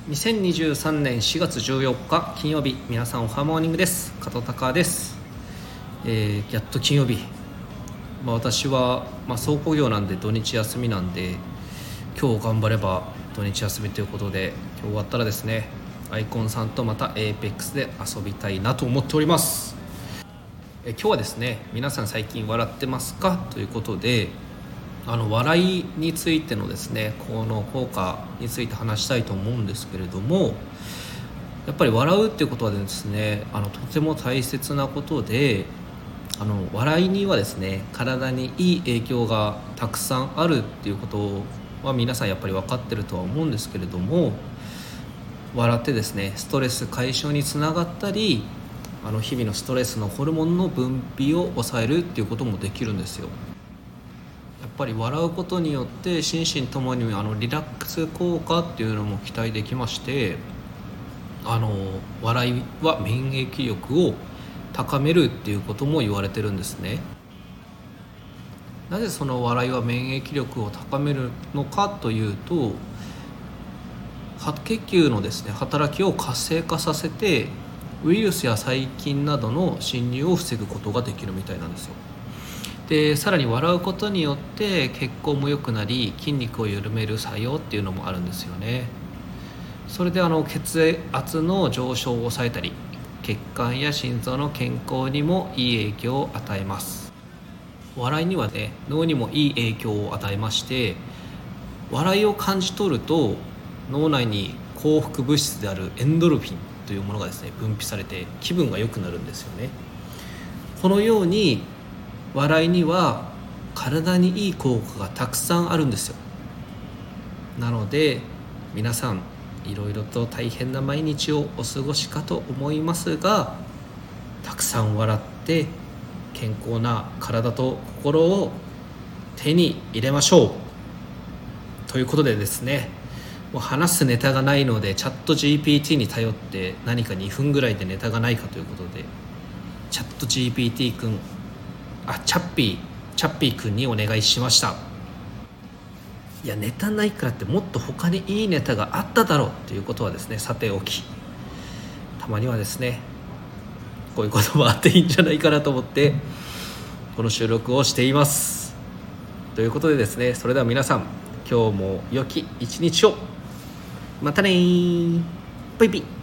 2023年4月14日金曜日、皆さんおはモーニングです。加藤隆です。やっと金曜日、私は、倉庫業なんで土日休みなんで、今日頑張れば土日休みということで、今日終わったらですね、アイコンさんとまた APEX で遊びたいなと思っております。今日はですね、皆さん最近笑ってますかということで、笑いについてのですね、この効果について話したいと思うんですけれども、やっぱり笑うっていうことはですね、とても大切なことで、笑いにはですね、体にいい影響がたくさんあるっていうことは皆さんやっぱり分かってるとは思うんですけれども、笑ってですね、ストレス解消につながったり、日々のストレスのホルモンの分泌を抑えるっていうこともできるんですよ。やっぱり笑うことによって心身ともにリラックス効果っていうのも期待できまして、笑いは免疫力を高めるっていうことも言われてるんですね。なぜその笑いは免疫力を高めるのかというと、白血球のですね、働きを活性化させてウイルスや細菌などの侵入を防ぐことができるみたいなんですよ。でさらに笑うことによって血行も良くなり、筋肉を緩める作用っていうのもあるんですよね。それで血圧の上昇を抑えたり、血管や心臓の健康にもいい影響を与えます。笑いにはね、脳にもいい影響を与えまして、笑いを感じ取ると脳内に幸福物質であるエンドルフィンというものがですね、分泌されて気分が良くなるんですよね。このように笑いには体にいい効果がたくさんあるんですよ。なので皆さん、いろいろと大変な毎日をお過ごしかと思いますが、たくさん笑って健康な体と心を手に入れましょうということでですね、もう話すネタがないのでチャット GPT に頼って何か2分ぐらいでネタがないかということで、チャット GPT 君、チャッピー君にお願いしました。いや、ネタないからってもっと他にいいネタがあっただろうということはですね、さておき、たまにはですね、こういうこともあっていいんじゃないかなと思ってこの収録をしています。ということでですね、それでは皆さん、今日も良き一日を。またね、バイビー。